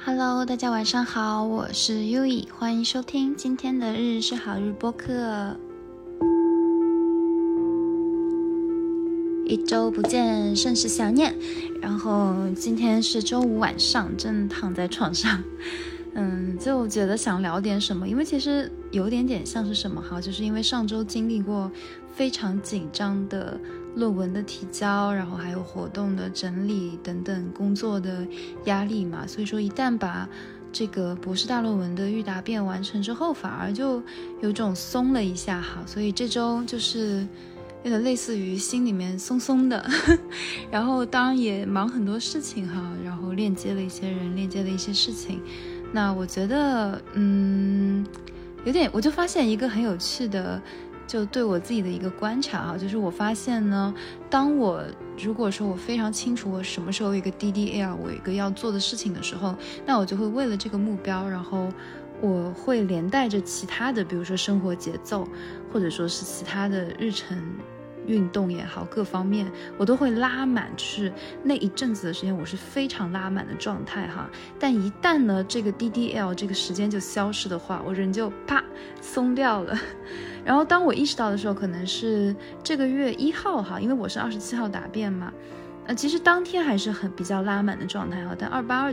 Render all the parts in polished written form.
Hello， 大家晚上好，我是 Yui， 欢迎收听今天的日日是好日播客。一周不见，甚是想念。然后今天是周五晚上，正躺在床上，就觉得想聊点什么，因为其实有点像是什么哈，就是因为上周经历过非常紧张的论文的提交，然后还有活动的整理等等工作的压力嘛，所以说一旦把这个博士大论文的预答辩完成之后，反而就有种松了一下哈，所以这周就是有点类似于心里面松松的然后当然也忙很多事情哈，然后链接了一些人，链接了一些事情。那我觉得有点，我就发现一个很有趣的，就对我自己的一个观察啊，就是我发现呢，如果说我非常清楚我什么时候有一个 DDL， 我有一个要做的事情的时候，那我就会为了这个目标，然后我会连带着其他的，比如说生活节奏，或者说是其他的日程运动也好，各方面我都会拉满，就是那一阵子的时间我是非常拉满的状态哈。但一旦呢这个 DDL 这个时间就消失的话，我人就啪松掉了。然后当我意识到的时候，可能是这个月1号哈，因为我是27号答辩嘛，其实当天还是比较拉满的状态哈，但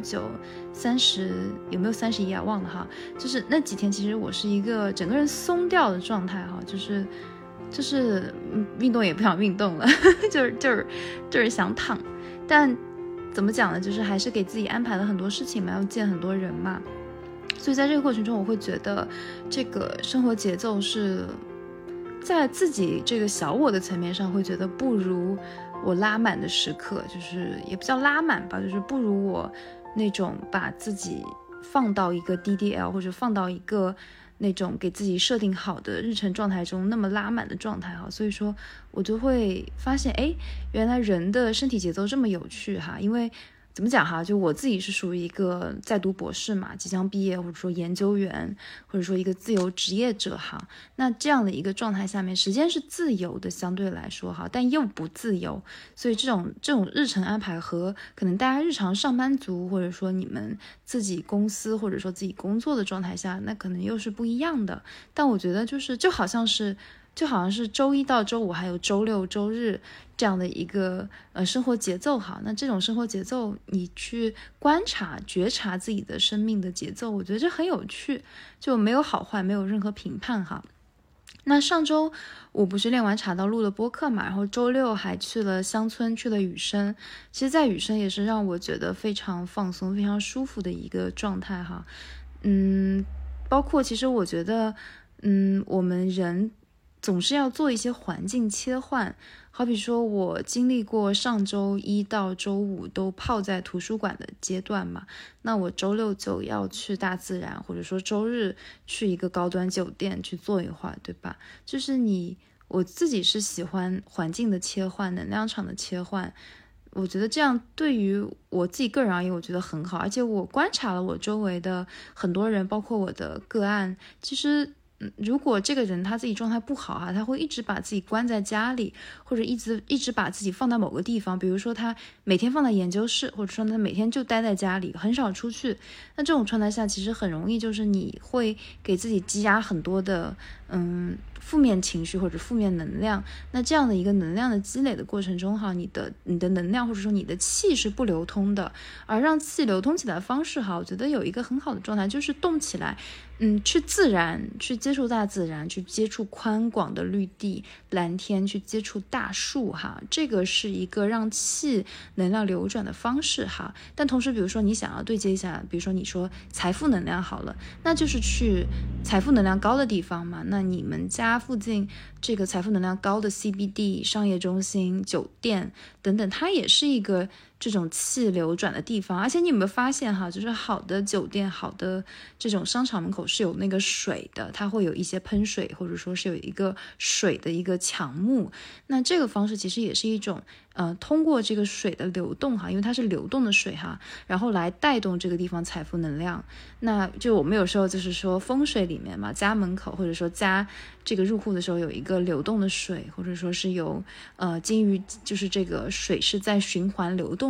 28、29、30有没有31啊？忘了哈。就是那几天其实我是一个整个人松掉的状态哈，就是运动也不想运动了就是想躺。但怎么讲呢，就是还是给自己安排了很多事情嘛，要见很多人嘛，所以在这个过程中我会觉得这个生活节奏是在自己这个小我的层面上会觉得不如我拉满的时刻，就是也不叫拉满吧，就是不如我那种把自己放到一个 DDL 或者放到一个那种给自己设定好的日程状态中那么拉满的状态哈。所以说我就会发现原来人的身体节奏这么有趣哈。因为怎么讲哈，就我自己是属于一个在读博士嘛，即将毕业，或者说研究员，或者说一个自由职业者哈。那这样的一个状态下面，时间是自由的相对来说哈，但又不自由，所以这种日程安排和可能大家日常上班族或者说你们自己公司或者说自己工作的状态下，那可能又是不一样的。但我觉得就好像是周一到周五还有周六周日这样的一个生活节奏哈。那这种生活节奏你去观察觉察自己的生命的节奏，我觉得这很有趣，就没有好坏，没有任何评判哈。那上周我不是练完茶道录了播客嘛，然后周六还去了乡村，去了雨声。其实在雨声也是让我觉得非常放松非常舒服的一个状态哈。包括其实我觉得我们人总是要做一些环境切换，好比说我经历过上周一到周五都泡在图书馆的阶段嘛，那我周六就要去大自然，或者说周日去一个高端酒店去坐一会儿，对吧？就是我自己是喜欢环境的切换，能量场的切换，我觉得这样对于我自己个人而言我觉得很好。而且我观察了我周围的很多人，包括我的个案，其实如果这个人他自己状态不好哈，他会一直把自己关在家里，或者一直把自己放在某个地方，比如说他每天放在研究室，或者说他每天就待在家里，很少出去。那这种状态下其实很容易就是你会给自己积压很多的负面情绪或者负面能量。那这样的一个能量的积累的过程中哈，你的能量或者说你的气是不流通的。而让气流通起来的方式哈，我觉得有一个很好的状态就是动起来，去自然，去接触大自然，去接触宽广的绿地蓝天，去接触大树哈，这个是一个让气能量流转的方式哈。但同时比如说你想要对接一下，比如说你说财富能量好了，那就是去财富能量高的地方嘛。那你们家附近这个财富能量高的 CBD 商业中心酒店等等，它也是一个这种气流转的地方。而且你有没有发现哈，就是好的酒店好的这种商场门口是有那个水的，它会有一些喷水，或者说是有一个水的一个墙幕。那这个方式其实也是一种通过这个水的流动哈，因为它是流动的水哈，然后来带动这个地方财富能量。那就我们有时候就是说风水里面嘛，家门口或者说家这个入户的时候有一个流动的水，或者说是有金鱼，就是这个水是在循环流动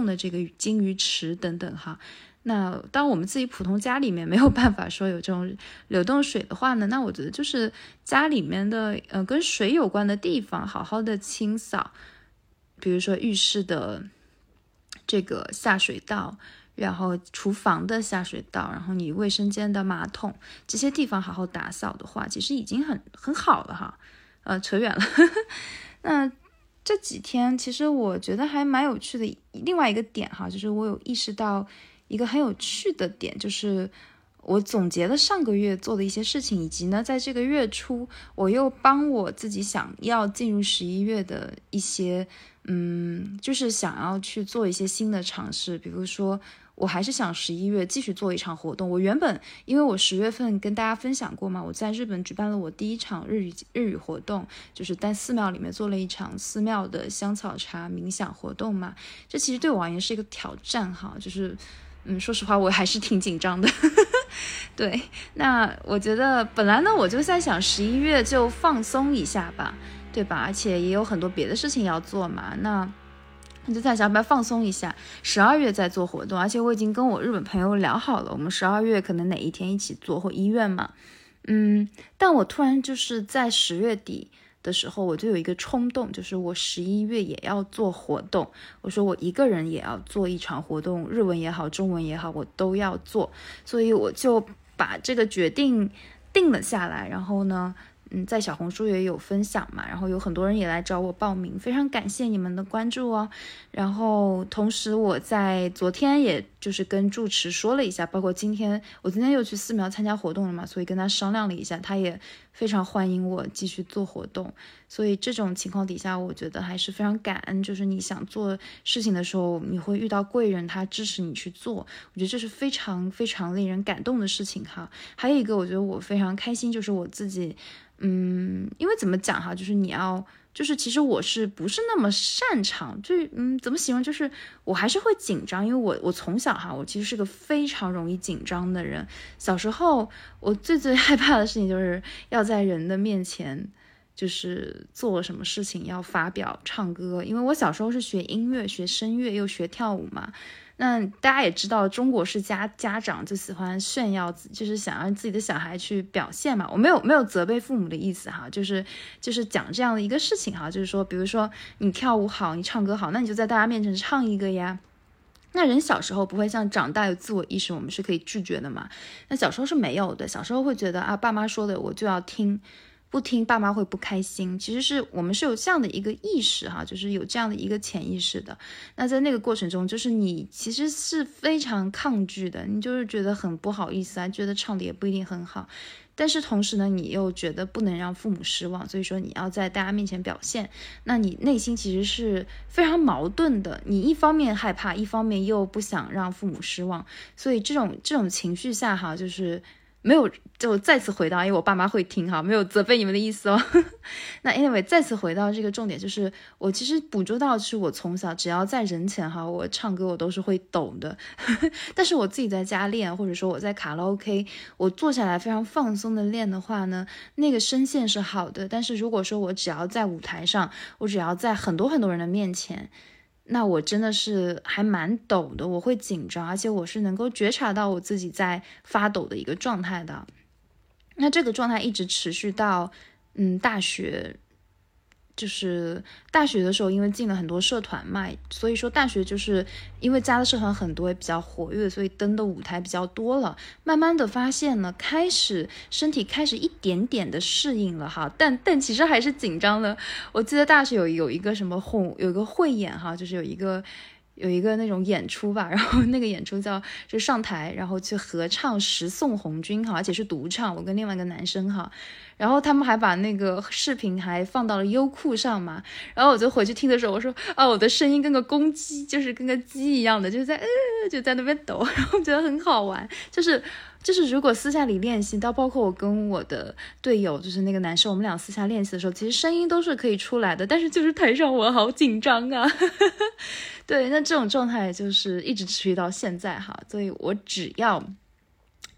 动的这个金鱼池等等哈。那当我们自己普通家里面没有办法说有这种流动水的话呢，那我觉得就是家里面的跟水有关的地方好好的清扫，比如说浴室的这个下水道，然后厨房的下水道，然后你卫生间的马桶，这些地方好好打扫的话，其实已经很好了哈。扯远了。那这几天其实我觉得还蛮有趣的另外一个点哈，就是我有意识到一个很有趣的点，就是我总结了上个月做的一些事情，以及呢在这个月初我又帮我自己想要进入11月的一些就是想要去做一些新的尝试。比如说我还是想11月继续做一场活动。我原本因为我10月份跟大家分享过嘛，我在日本举办了我第一场日语活动，就是在寺庙里面做了一场寺庙的香草茶冥想活动嘛。这其实对我而言是一个挑战哈，就是说实话我还是挺紧张的。对，那我觉得本来呢我就在想11月就放松一下吧，对吧？而且也有很多别的事情要做嘛，那你就在想要不要放松一下，12月再做活动。而且我已经跟我日本朋友聊好了，我们12月可能哪一天一起做，或1月嘛。但我突然就是在10月底的时候，我就有一个冲动，就是我11月也要做活动。我说我一个人也要做一场活动，日文也好，中文也好，我都要做。所以我就把这个决定定了下来，然后呢在小红书也有分享嘛，然后有很多人也来找我报名，非常感谢你们的关注哦。然后同时我在昨天也就是跟住持说了一下，包括我今天又去寺庙参加活动了嘛，所以跟他商量了一下，他也非常欢迎我继续做活动。所以这种情况底下，我觉得还是非常感恩，就是你想做事情的时候，你会遇到贵人，他支持你去做，我觉得这是非常非常令人感动的事情哈。还有一个我觉得我非常开心，就是我自己因为怎么讲哈，就是你要就是其实我是不是那么擅长，就是怎么形容，就是我还是会紧张，因为我从小哈，我其实是个非常容易紧张的人。小时候我最害怕的事情就是要在人的面前就是做什么事情要发表唱歌，因为我小时候是学音乐，学声乐又学跳舞嘛。那大家也知道中国式家长就喜欢炫耀，就是想让自己的小孩去表现嘛。我没有责备父母的意思哈，就是讲这样的一个事情哈，就是说比如说你跳舞好，你唱歌好，那你就在大家面前唱一个呀。那人小时候不会像长大有自我意识，我们是可以拒绝的嘛。那小时候是没有的，小时候会觉得啊，爸妈说的我就要听，不听爸妈会不开心。其实是我们是有这样的一个意识哈，就是有这样的一个潜意识的。那在那个过程中，就是你其实是非常抗拒的，你就是觉得很不好意思啊，觉得唱的也不一定很好，但是同时呢，你又觉得不能让父母失望，所以说你要在大家面前表现。那你内心其实是非常矛盾的，你一方面害怕，一方面又不想让父母失望，所以这种情绪下哈，就是没有，就再次回到，因为我爸妈会听哈，没有责备你们的意思哦。那 anyway 再次回到这个重点，就是我其实捕捉到，是我从小只要在人前哈，我唱歌我都是会抖的。但是我自己在家练，或者说我在卡拉 OK， 我坐下来非常放松的练的话呢，那个声线是好的。但是如果说我只要在舞台上，我只要在很多很多人的面前，那我真的是还蛮抖的，我会紧张，而且我是能够觉察到我自己在发抖的一个状态的。那这个状态一直持续到大学，就是大学的时候，因为进了很多社团嘛，所以说大学就是因为加的社团很多，也比较活跃，所以登的舞台比较多了。慢慢的发现呢，身体开始一点点的适应了哈，但其实还是紧张的。我记得大学有一个什么有一个汇演哈，就是有一个那种演出吧，然后那个演出就上台，然后去合唱《十送红军》哈，而且是独唱，我跟另外一个男生哈。然后他们还把那个视频还放到了优酷上嘛，然后我就回去听的时候，我说啊，我的声音跟个公鸡，就是跟个鸡一样的，就在那边抖，然后觉得很好玩。就是如果私下里练习，到包括我跟我的队友，就是那个男生，我们俩私下练习的时候，其实声音都是可以出来的，但是就是台上我好紧张啊。对，那这种状态就是一直持续到现在哈，所以我只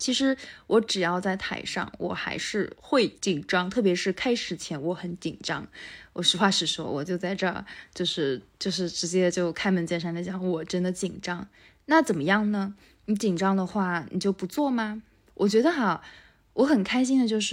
其实我只要在台上，我还是会紧张，特别是开始前我很紧张。我实话实说，我就在这儿，就是直接就开门见山的讲，我真的紧张。那怎么样呢？你紧张的话，你就不做吗？我觉得哈，我很开心的就是，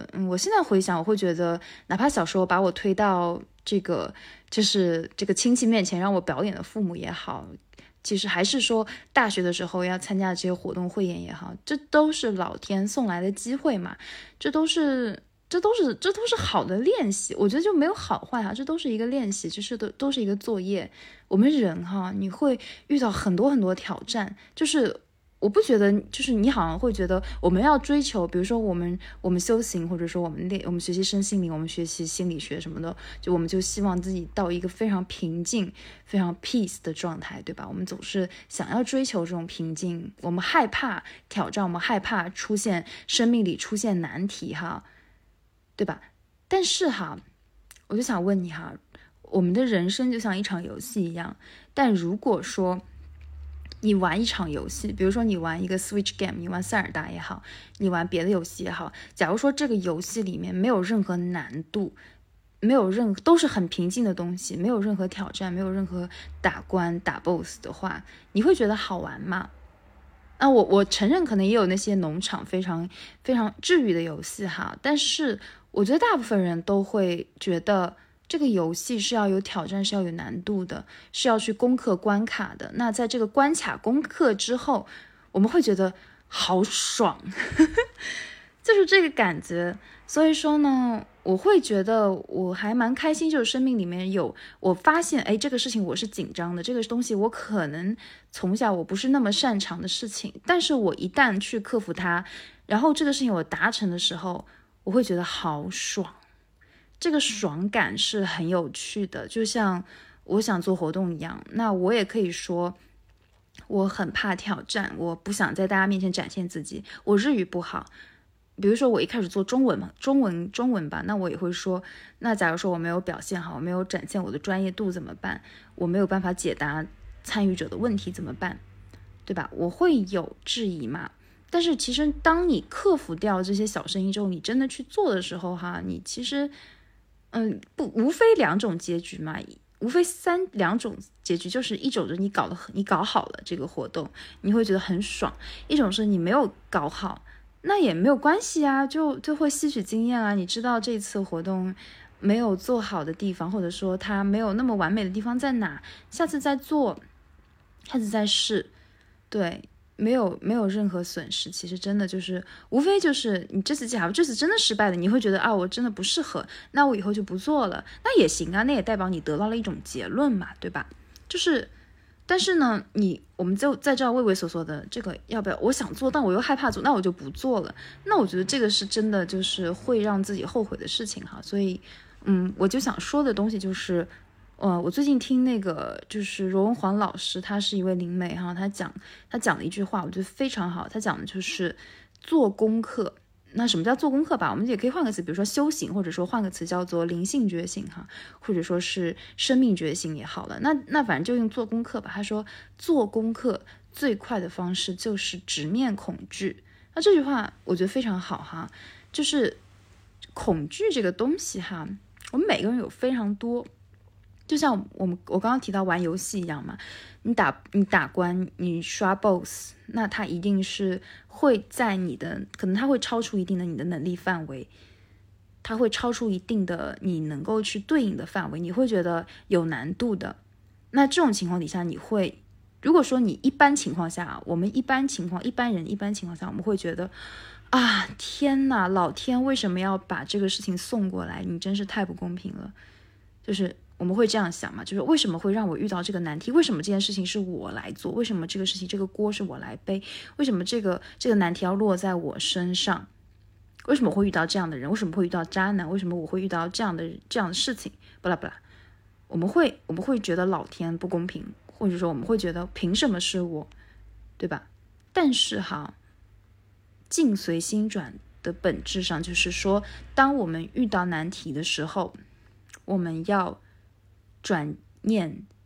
我现在回想，我会觉得，哪怕小时候把我推到这个亲戚面前让我表演的父母也好。其实还是说大学的时候要参加这些活动汇演也好，这都是老天送来的机会嘛，这都是好的练习。我觉得就没有好坏哈，这都是一个练习，就是都是一个作业。我们人哈，你会遇到很多很多挑战，就是我不觉得，就是你好像会觉得我们要追求，比如说我们修行，或者说我们学习身心灵，我们学习心理学什么的，我们就希望自己到一个非常平静、非常 peace 的状态，对吧？我们总是想要追求这种平静，我们害怕挑战，我们害怕生命里出现难题哈，对吧？但是哈，我就想问你哈，我们的人生就像一场游戏一样，但如果说你玩一场游戏，比如说你玩一个 Switch game， 你玩塞尔达也好，你玩别的游戏也好，假如说这个游戏里面没有任何难度，都是很平静的东西，没有任何挑战，没有任何打关打 BOSS 的话，你会觉得好玩吗？那我承认可能也有那些农场非常非常治愈的游戏哈，但是我觉得大部分人都会觉得这个游戏是要有挑战，是要有难度的，是要去攻克关卡的。那在这个关卡攻克之后，我们会觉得好爽就是这个感觉。所以说呢，我会觉得我还蛮开心，就是生命里面我发现这个事情我是紧张的，这个东西我可能从小我不是那么擅长的事情，但是我一旦去克服它，然后这个事情我达成的时候，我会觉得好爽。这个爽感是很有趣的，就像我想做活动一样，那我也可以说我很怕挑战，我不想在大家面前展现自己，我日语不好。比如说我一开始做中文吧，那我也会说，那假如说我没有表现好，我没有展现我的专业度怎么办？我没有办法解答参与者的问题怎么办？对吧？我会有质疑嘛。但是其实当你克服掉这些小声音之后，你真的去做的时候哈，你其实无非两种结局嘛，无非两种结局，就是一种是你搞好了这个活动，你会觉得很爽；一种是你没有搞好，那也没有关系啊，就会吸取经验啊。你知道这次活动没有做好的地方，或者说它没有那么完美的地方在哪，下次再做，下次再试，对。没有任何损失，其实真的就是无非就是你这次真的失败了，你会觉得我真的不适合，那我以后就不做了，那也行啊，那也代表你得到了一种结论嘛，对吧？就是但是呢我们就在这畏畏缩缩的，这个要不要我想做，但我又害怕做，那我就不做了。那我觉得这个是真的就是会让自己后悔的事情哈。所以我就想说的东西就是我最近听那个就是罗文煌老师，他是一位灵媒哈，他讲了一句话，我觉得非常好。他讲的就是做功课。那什么叫做功课吧？我们也可以换个词，比如说修行，或者说换个词叫做灵性觉醒哈，或者说是生命觉醒也好了。那反正就用做功课吧。他说做功课最快的方式就是直面恐惧。那这句话我觉得非常好哈，就是恐惧这个东西哈，我们每个人有非常多。就像我刚刚提到玩游戏一样嘛，你打关，你刷 BOSS， 那它一定是会在可能它会超出一定的你的能力范围，它会超出一定的你能够去对应的范围，你会觉得有难度的。那这种情况底下，如果说你一般情况下，我们一般情况下，我们会觉得天哪，老天为什么要把这个事情送过来？你真是太不公平了，就是我们会这样想嘛，就是为什么会让我遇到这个难题？为什么这件事情是我来做？为什么这个事情这个锅是我来背？为什么这个难题要落在我身上？为什么会遇到这样的人？为什么会遇到渣男？为什么我会遇到这样的事情？巴拉巴拉，我们会觉得老天不公平，或者说我们会觉得凭什么是我，对吧？但是哈，境随心转的本质上就是说，当我们遇到难题的时候，我们要转念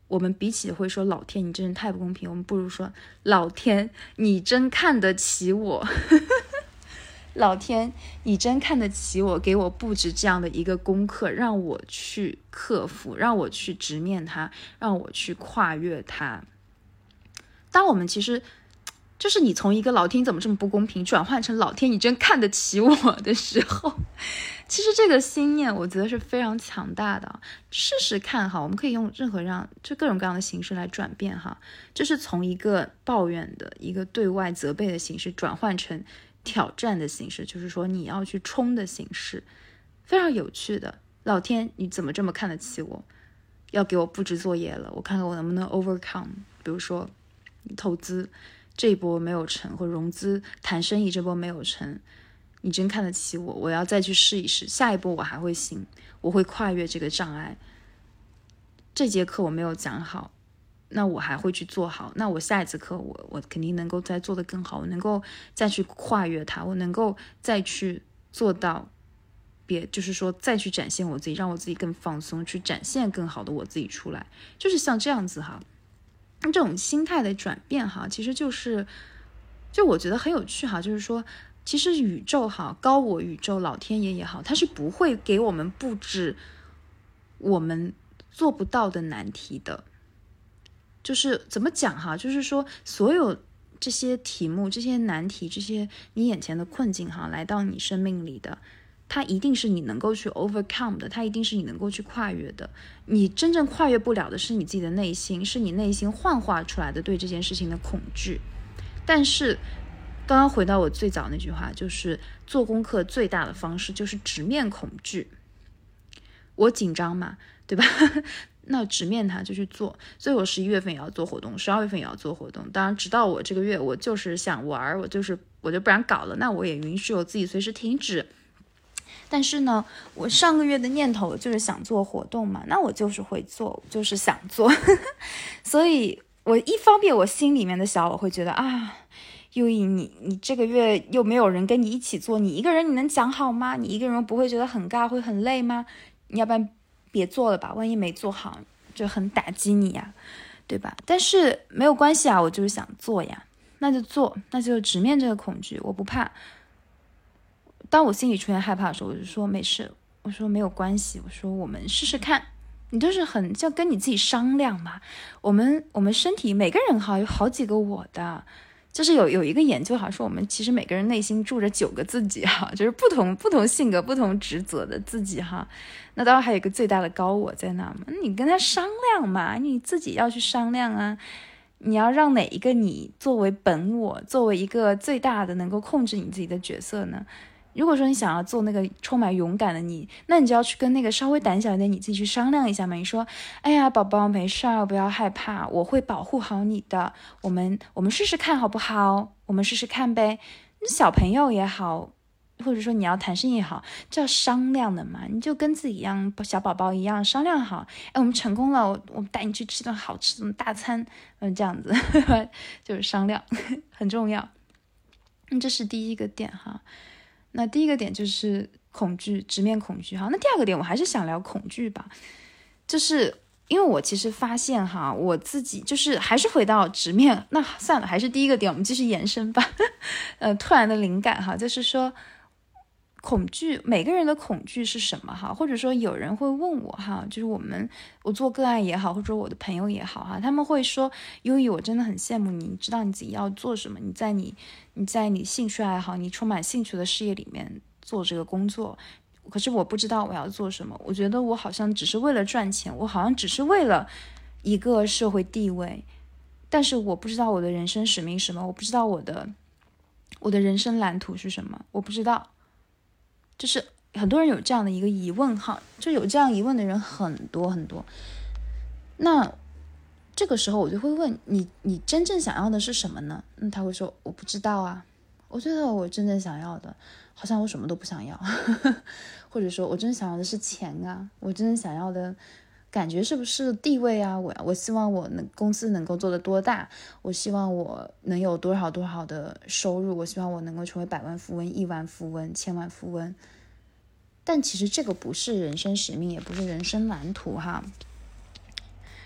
我们比起会说老天你真是太不公平，我们不如说老天你真看得起我老天你真看得起我，给我布置这样的一个功课，让我去克服，让我去直面它，让我去跨越它。当我们其实就是你从一个老天你怎么这么不公平转换成老天你真看得起我的时候，其实这个心念我觉得是非常强大的。试试看哈，我们可以用任何就各种各样的形式来转变哈，就是从一个抱怨的一个对外责备的形式转换成挑战的形式，就是说你要去冲的形式，非常有趣的。老天你怎么这么看得起我，要给我布置作业了，我看看我能不能 overcome。 比如说投资这一波没有成，或融资谈生意这波没有成，你真看得起我，我要再去试一试，下一波我还会行，我会跨越这个障碍。这节课我没有讲好，那我还会去做好，那我下一次课我肯定能够再做得更好，我能够再去跨越它，我能够再去做到就是说再去展现我自己，让我自己更放松，去展现更好的我自己出来，就是像这样子哈。这种心态的转变哈，其实就我觉得很有趣哈，就是说其实宇宙哈，高我宇宙老天爷也好，它是不会给我们布置我们做不到的难题的。就是怎么讲哈，就是说所有这些题目这些难题这些你眼前的困境哈，来到你生命里的，它一定是你能够去 overcome 的，它一定是你能够去跨越的。你真正跨越不了的是你自己的内心，是你内心幻化出来的对这件事情的恐惧。但是刚刚回到我最早那句话，就是做功课最大的方式就是直面恐惧。我紧张嘛，对吧那直面它就去做。所以我11月份也要做活动，12月份也要做活动。当然直到我这个月我就是想玩，我就不然搞了，那我也允许我自己随时停止。但是呢，我上个月的念头就是想做活动嘛，那我就是会做，就是想做所以我一方面我心里面的小我会觉得啊，优异你这个月又没有人跟你一起做，你一个人你能讲好吗？你一个人不会觉得很尬会很累吗？你要不然别做了吧，万一没做好就很打击你呀，对吧？但是没有关系啊，我就是想做呀，那就做，那就直面这个恐惧，我不怕。当我心里出现害怕的时候，我就说没事，我说没有关系，我说我们试试看。你就是像跟你自己商量嘛。我们身体每个人哈有好几个我的，就是有一个研究哈说我们其实每个人内心住着9个自己哈，就是不同性格不同职责的自己哈。那当然还有一个最大的高我在那嘛，你跟他商量嘛，你自己要去商量啊。你要让哪一个你作为本我，作为一个最大的能够控制你自己的角色呢？如果说你想要做那个充满勇敢的你，那你就要去跟那个稍微胆小一点你自己去商量一下嘛。你说哎呀宝宝没事儿，不要害怕，我会保护好你的，我们试试看好不好？我们试试看呗。小朋友也好，或者说你要谈生意也好，这要商量的嘛，你就跟自己一样小宝宝一样商量好。我们成功了，我带你去吃顿好吃的大餐，这样子就是商量很重要。这是第一个点哈。那第一个点就是恐惧，直面恐惧哈。那第二个点我还是想聊恐惧吧，就是因为我其实发现哈，我自己就是还是回到直面，那算了，还是第一个点我们继续延伸吧突然的灵感哈，就是说恐惧，每个人的恐惧是什么哈？或者说有人会问我哈，就是我做个案也好，或者我的朋友也好哈，他们会说优异，我真的很羡慕你，你知道你自己要做什么，你在你兴趣爱好，你充满兴趣的事业里面做这个工作，可是我不知道我要做什么，我觉得我好像只是为了赚钱，我好像只是为了一个社会地位，但是我不知道我的人生使命是什么，我不知道我的人生蓝图是什么，我不知道。就是很多人有这样的一个疑问哈，就有这样疑问的人很多很多。那这个时候我就会问你真正想要的是什么呢？他会说我不知道啊。我觉得我真正想要的好像我什么都不想要或者说我真正想要的是钱啊，我真正想要的感觉是不是地位啊，我希望我公司能够做得多大，我希望我能有多少多少的收入，我希望我能够成为百万富翁、亿万富翁、千万富翁。但其实这个不是人生使命，也不是人生蓝图哈。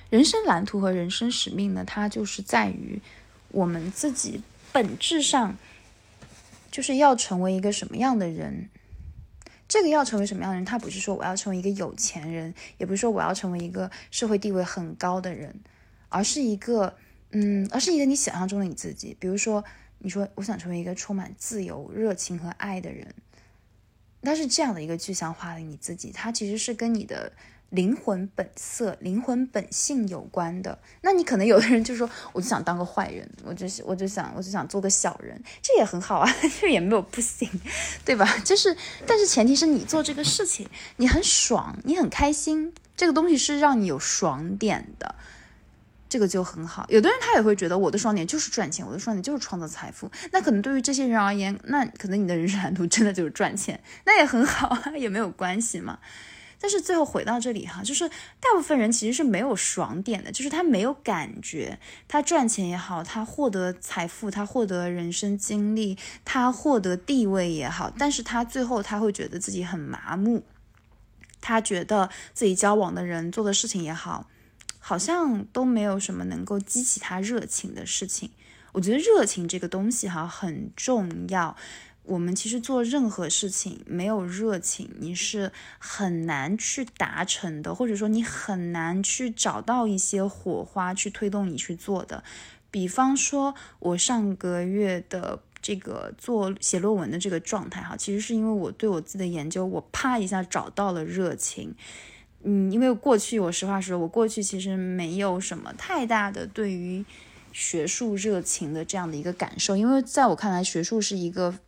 人生蓝图和人生使命呢，它就是在于我们自己本质上就是要成为一个什么样的人。这个要成为什么样的人，他不是说我要成为一个有钱人，也不是说我要成为一个社会地位很高的人，而是一个你想象中的你自己。比如说你说我想成为一个充满自由、热情和爱的人，它是这样的一个具象化的你自己，它其实是跟你的灵魂本色、灵魂本性有关的。那你可能有的人就说我就想当个坏人，我就想做个小人，这也很好啊，这也没有不行，对吧？但是前提是你做这个事情你很爽，你很开心，这个东西是让你有爽点的，这个就很好。有的人他也会觉得我的爽点就是赚钱，我的爽点就是创造财富，那可能对于这些人而言，那可能你的人生蓝图真的就是赚钱，那也很好啊，也没有关系嘛。但是最后回到这里哈，就是大部分人其实是没有爽点的，就是他没有感觉，他赚钱也好，他获得财富，他获得人生经历，他获得地位也好，但是他最后他会觉得自己很麻木，他觉得自己交往的人做的事情也好，好像都没有什么能够激起他热情的事情。我觉得热情这个东西哈很重要，我们其实做任何事情没有热情，你是很难去达成的，或者说你很难去找到一些火花去推动你去做的。比方说我上个月的这个写论文的这个状态哈，其实是因为我对我自己的研究，我啪一下找到了热情。因为过去我实话实说，我过去其实没有什么太大的对于学术热情的这样的一个感受，因为在我看来学术是一个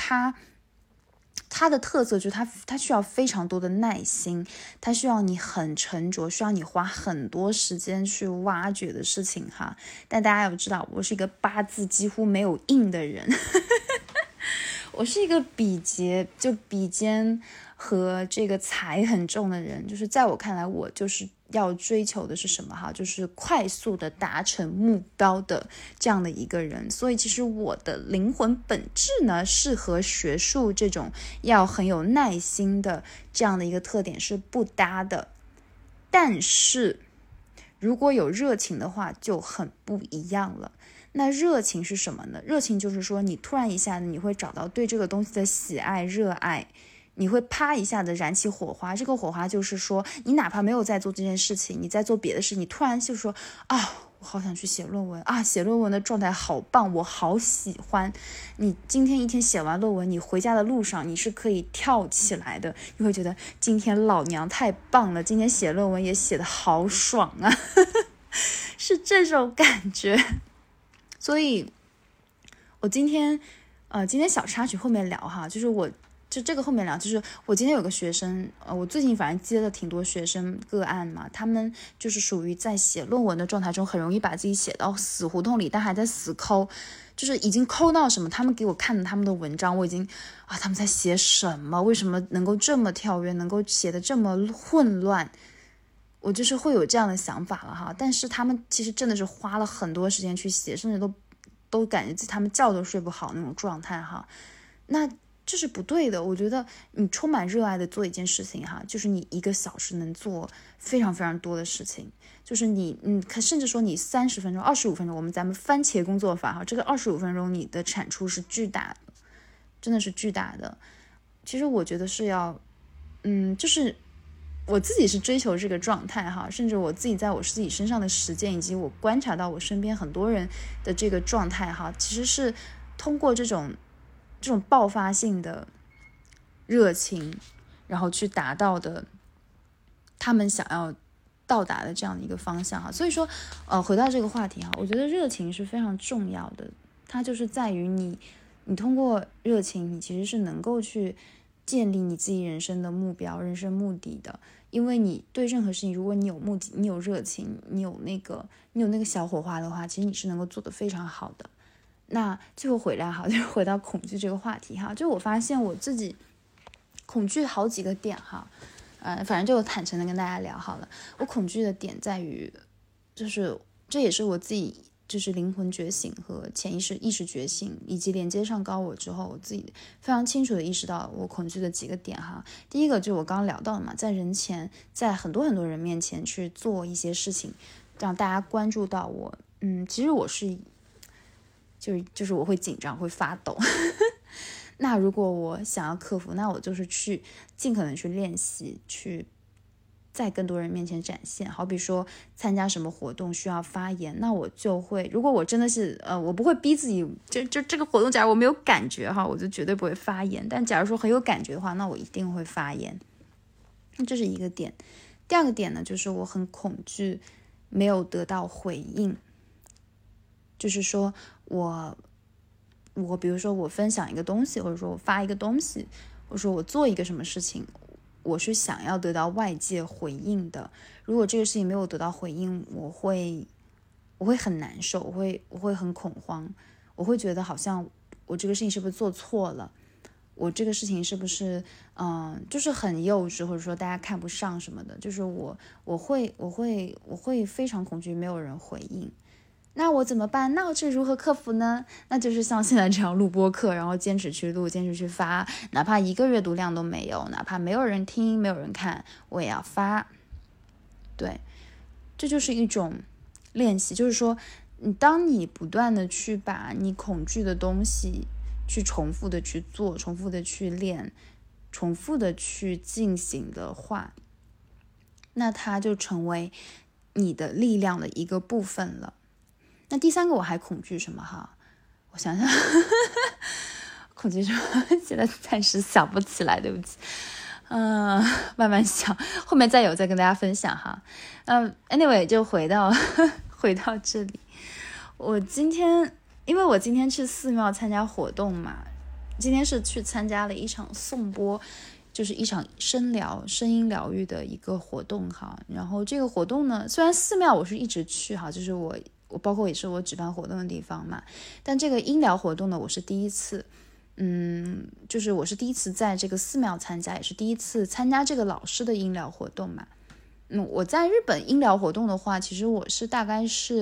它的特色就是它需要非常多的耐心，它需要你很沉着，需要你花很多时间去挖掘的事情哈。但大家要知道，我是一个八字几乎没有印的人我是一个比肩和这个财很重的人，就是在我看来，我就是要追求的是什么哈，就是快速的达成目标的这样的一个人。所以其实我的灵魂本质呢，是和学术这种要很有耐心的这样的一个特点是不搭的。但是如果有热情的话，就很不一样了。那热情是什么呢？热情就是说你突然一下子你会找到对这个东西的喜爱热爱，你会啪一下子燃起火花。这个火花就是说你哪怕没有在做这件事情，你在做别的事，你突然就说我好想去写论文啊！写论文的状态好棒，我好喜欢。你今天一天写完论文，你回家的路上你是可以跳起来的，你会觉得今天老娘太棒了，今天写论文也写得好爽啊是这种感觉。所以我今天小插曲后面聊哈，就这个后面聊，就是我今天有个学生，我最近反正接了挺多学生个案嘛，他们就是属于在写论文的状态中，很容易把自己写到死胡同里，但还在死抠，就是已经抠到什么，他们给我看的他们的文章，我已经他们在写什么，为什么能够这么跳跃，能够写得这么混乱，我就是会有这样的想法了哈。但是他们其实真的是花了很多时间去写，甚至都感觉他们觉都睡不好那种状态哈。那这是不对的。我觉得你充满热爱的做一件事情哈，就是你1个小时能做非常非常多的事情，就是甚至说你30分钟、25分钟，咱们番茄工作法哈，这个25分钟你的产出是巨大的，真的是巨大的。其实我觉得是要就是我自己是追求这个状态哈，甚至我自己在我自己身上的实践，以及我观察到我身边很多人的这个状态哈，其实是通过这种爆发性的热情，然后去达到的他们想要到达的这样的一个方向哈。所以说回到这个话题哈，我觉得热情是非常重要的，它就是在于你通过热情，你其实是能够去建立你自己人生的目标、人生目的的。因为你对任何事情，如果你有目的，你有热情，你有那个小火花的话，其实你是能够做得非常好的。那最后回来哈，就是回到恐惧这个话题哈，就我发现我自己恐惧好几个点哈，反正就坦诚的跟大家聊好了。我恐惧的点在于，就是这也是我自己就是灵魂觉醒和潜意识意识觉醒以及连接上高我之后，我自己非常清楚的意识到我恐惧的几个点哈。第一个就是我刚刚聊到的嘛，在人前，在很多人面前去做一些事情， 让大家关注到我。其实我是就是我会紧张，会发抖。那如果我想要克服，那我就是去尽可能去练习，去在更多人面前展现。好比说参加什么活动需要发言，那我就会，如果我真的是我不会逼自己，就这个活动假如我没有感觉哈，我就绝对不会发言。但假如说很有感觉的话，那我一定会发言。这是一个点。第二个点呢，就是我很恐惧没有得到回应。就是说我比如说我分享一个东西，或者说我发一个东西，或者说我做一个什么事情，我是想要得到外界回应的。如果这个事情没有得到回应，我会很难受，我会很恐慌，我会觉得好像我这个事情是不是做错了，我这个事情是不是就是很幼稚，或者说大家看不上什么的，就是我会非常恐惧没有人回应。那我怎么办？那我这如何克服呢？那就是像现在这样录播客，然后坚持去录，坚持去发，哪怕一个阅读量都没有，哪怕没有人听，没有人看，我也要发。对，这就是一种练习，就是说当你不断的去把你恐惧的东西去重复的去做，重复的去练，重复的去进行的话，那它就成为你的力量的一个部分了。那第三个我还恐惧什么哈？我想想，恐惧什么？现在暂时想不起来，对不起。慢慢想，后面再跟大家分享哈。anyway 就回到这里。因为我今天去寺庙参加活动嘛，今天是去参加了一场颂钵，就是一场声音疗愈的一个活动哈。然后这个活动呢，虽然寺庙我是一直去哈，就是我包括也是我举办活动的地方嘛，但这个音疗活动呢，我是第一次。就是我是第一次在这个寺庙参加，也是第一次参加这个老师的音疗活动嘛。我在日本音疗活动的话，其实我是大概是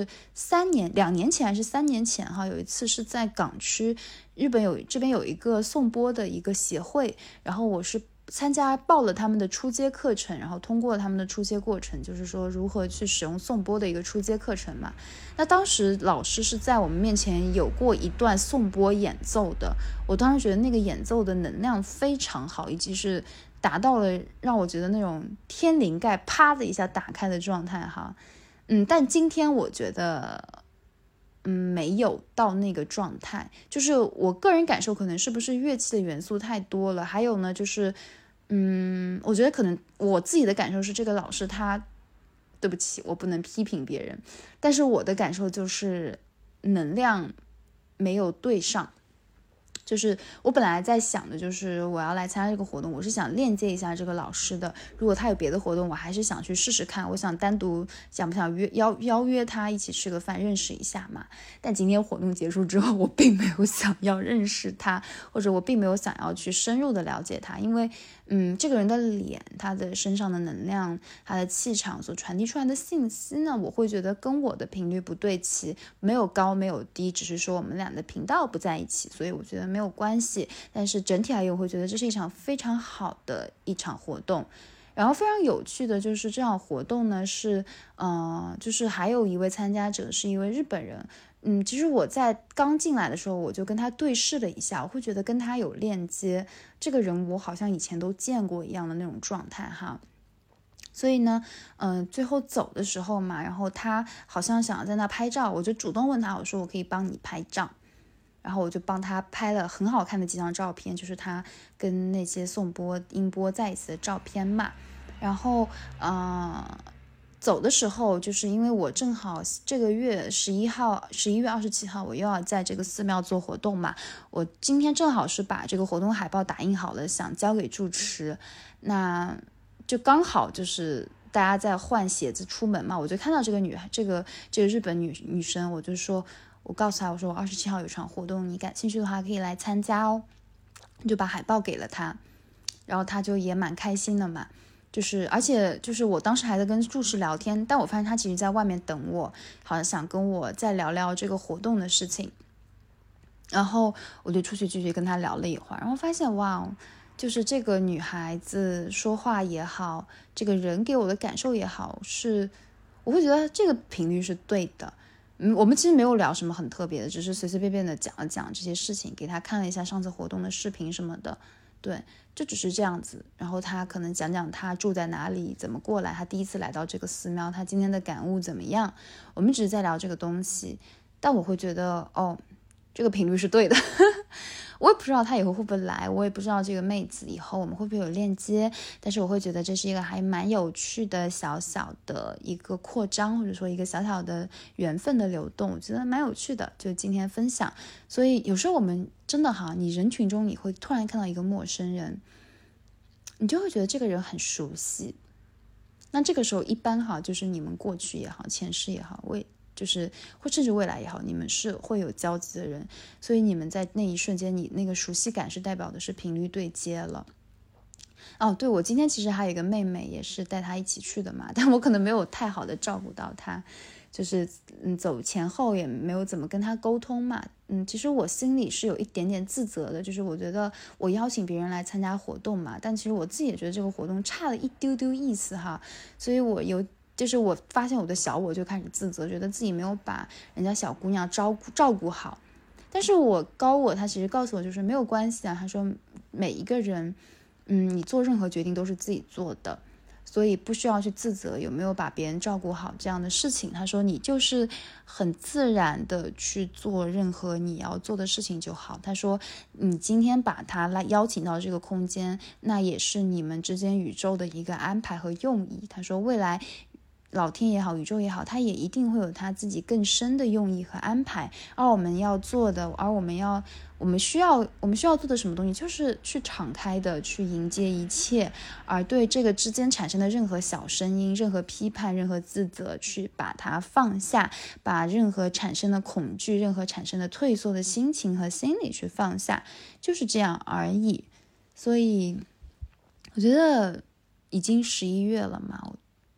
2年前还是3年前哈，有一次是在港区，日本这边有一个颂钵的一个协会，然后我是报了他们的初阶课程，然后通过他们的初阶过程，就是说如何去使用颂钵的一个初阶课程嘛。那当时老师是在我们面前有过一段颂钵演奏的，我当时觉得那个演奏的能量非常好，以及是达到了让我觉得那种天灵盖啪的一下打开的状态哈。但今天我觉得没有到那个状态，就是我个人感受可能是不是乐器的元素太多了，还有呢就是我觉得可能我自己的感受是这个老师他，对不起我不能批评别人，但是我的感受就是能量没有对上。就是我本来在想的就是我要来参加这个活动，我是想链接一下这个老师的，如果他有别的活动我还是想去试试看，我想单独想不想邀约他一起吃个饭认识一下嘛。但今天活动结束之后，我并没有想要认识他，或者我并没有想要去深入的了解他，因为这个人的脸，他的身上的能量，他的气场所传递出来的信息呢，我会觉得跟我的频率不对齐，没有高没有低，只是说我们俩的频道不在一起，所以我觉得没有关系。但是整体而言，我会觉得这是一场非常好的一场活动。然后非常有趣的就是这场活动呢是就是还有一位参加者是一位日本人。其实我在刚进来的时候我就跟他对视了一下，我会觉得跟他有链接，这个人我好像以前都见过一样的那种状态哈。所以呢最后走的时候嘛，然后他好像想要在那拍照，我就主动问他，我说我可以帮你拍照，然后我就帮他拍了很好看的几张照片，就是他跟那些颂钵音钵在一起的照片嘛。然后走的时候，就是因为我正好这个月11月27号我又要在这个寺庙做活动嘛，我今天正好是把这个活动海报打印好了，想交给住持，那就刚好就是大家在换鞋子出门嘛，我就看到这个日本女生，我就说，我告诉她，我说我27号有场活动，你感兴趣的话可以来参加哦，就把海报给了她，然后她就也蛮开心的嘛。而且就是我当时还在跟住持聊天，但我发现他其实在外面等我，好像想跟我再聊聊这个活动的事情。然后我就出去继续跟他聊了一会儿，然后发现哇，就是这个女孩子说话也好，这个人给我的感受也好，是我会觉得这个频率是对的。我们其实没有聊什么很特别的，只是随随便便的讲了讲这些事情，给他看了一下上次活动的视频什么的，对，就只是这样子。然后他可能讲讲他住在哪里，怎么过来，他第一次来到这个寺庙，他今天的感悟怎么样，我们只是在聊这个东西。但我会觉得这个频率是对的我也不知道他以后会不会来，我也不知道这个妹子以后我们会不会有链接，但是我会觉得这是一个还蛮有趣的小小的一个扩张，或者说一个小小的缘分的流动，我觉得蛮有趣的，就今天分享。所以有时候我们真的你人群中你会突然看到一个陌生人，你就会觉得这个人很熟悉，那这个时候一般就是你们过去也好，前世也好，就是或甚至未来也好，你们是会有交集的人，所以你们在那一瞬间，你那个熟悉感是代表的是频率对接了。对，我今天其实还有一个妹妹，也是带她一起去的嘛，但我可能没有太好的照顾到她，就是走前后也没有怎么跟她沟通嘛。其实我心里是有一点点自责的，就是我觉得我邀请别人来参加活动嘛，但其实我自己也觉得这个活动差了一丢丢意思所以就是我发现我的小我就开始自责，觉得自己没有把人家小姑娘照顾好。但是我高我他其实告诉我就是没有关系他说每一个人你做任何决定都是自己做的，所以不需要去自责有没有把别人照顾好这样的事情。他说你就是很自然的去做任何你要做的事情就好。他说你今天把他来邀请到这个空间，那也是你们之间宇宙的一个安排和用意。他说未来老天也好，宇宙也好，它也一定会有它自己更深的用意和安排。而我们要做的，我们需要做的什么东西，就是去敞开的去迎接一切，而对这个之间产生的任何小声音、任何批判、任何自责，去把它放下，把任何产生的恐惧、任何产生的退缩的心情和心理去放下，就是这样而已。所以我觉得已经11月了嘛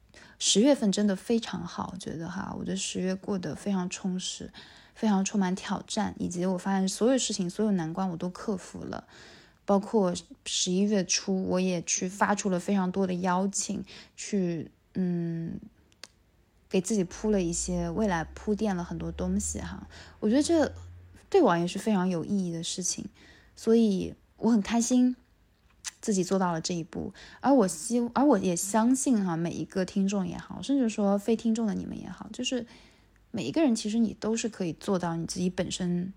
，10月份真的非常好，我觉得我的10月过得非常充实，非常充满挑战，以及我发现所有事情所有难关我都克服了。包括11月初我也去发出了非常多的邀请，去给自己铺了一些未来，铺垫了很多东西我觉得这对我也是非常有意义的事情，所以我很开心自己做到了这一步。而我也相信每一个听众也好，甚至说非听众的你们也好，就是每一个人其实你都是可以做到你自己本身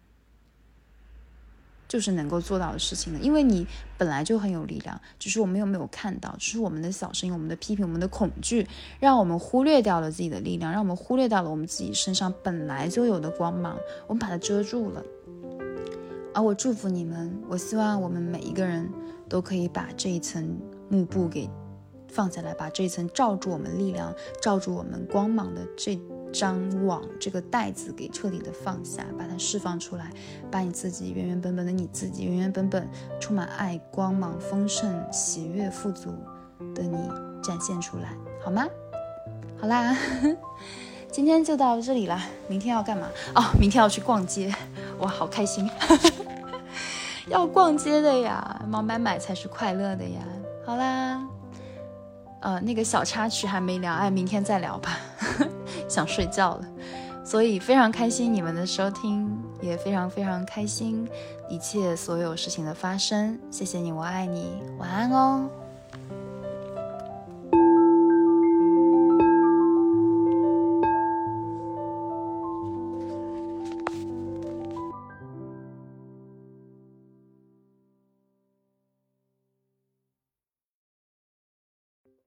就是能够做到的事情的，因为你本来就很有力量，只是我们没有看到，只是我们的小声音、我们的批评、我们的恐惧，让我们忽略掉了自己的力量，让我们忽略掉了我们自己身上本来就有的光芒，我们把它遮住了。而我祝福你们，我希望我们每一个人都可以把这一层幕布给放下来，把这一层罩住我们力量、罩住我们光芒的这张网、这个袋子给彻底的放下，把它释放出来，把你自己原原本本的你自己，原原本本充满爱、光芒、丰盛、喜悦、富足的你展现出来，好吗？好啦今天就到这里啦，明天要干嘛？明天要去逛街，哇，好开心要逛街的呀，买才是快乐的呀。好啦那个小插曲还没聊，明天再聊吧想睡觉了。所以非常开心你们的收听，也非常非常开心一切所有事情的发生。谢谢你，我爱你，晚安哦。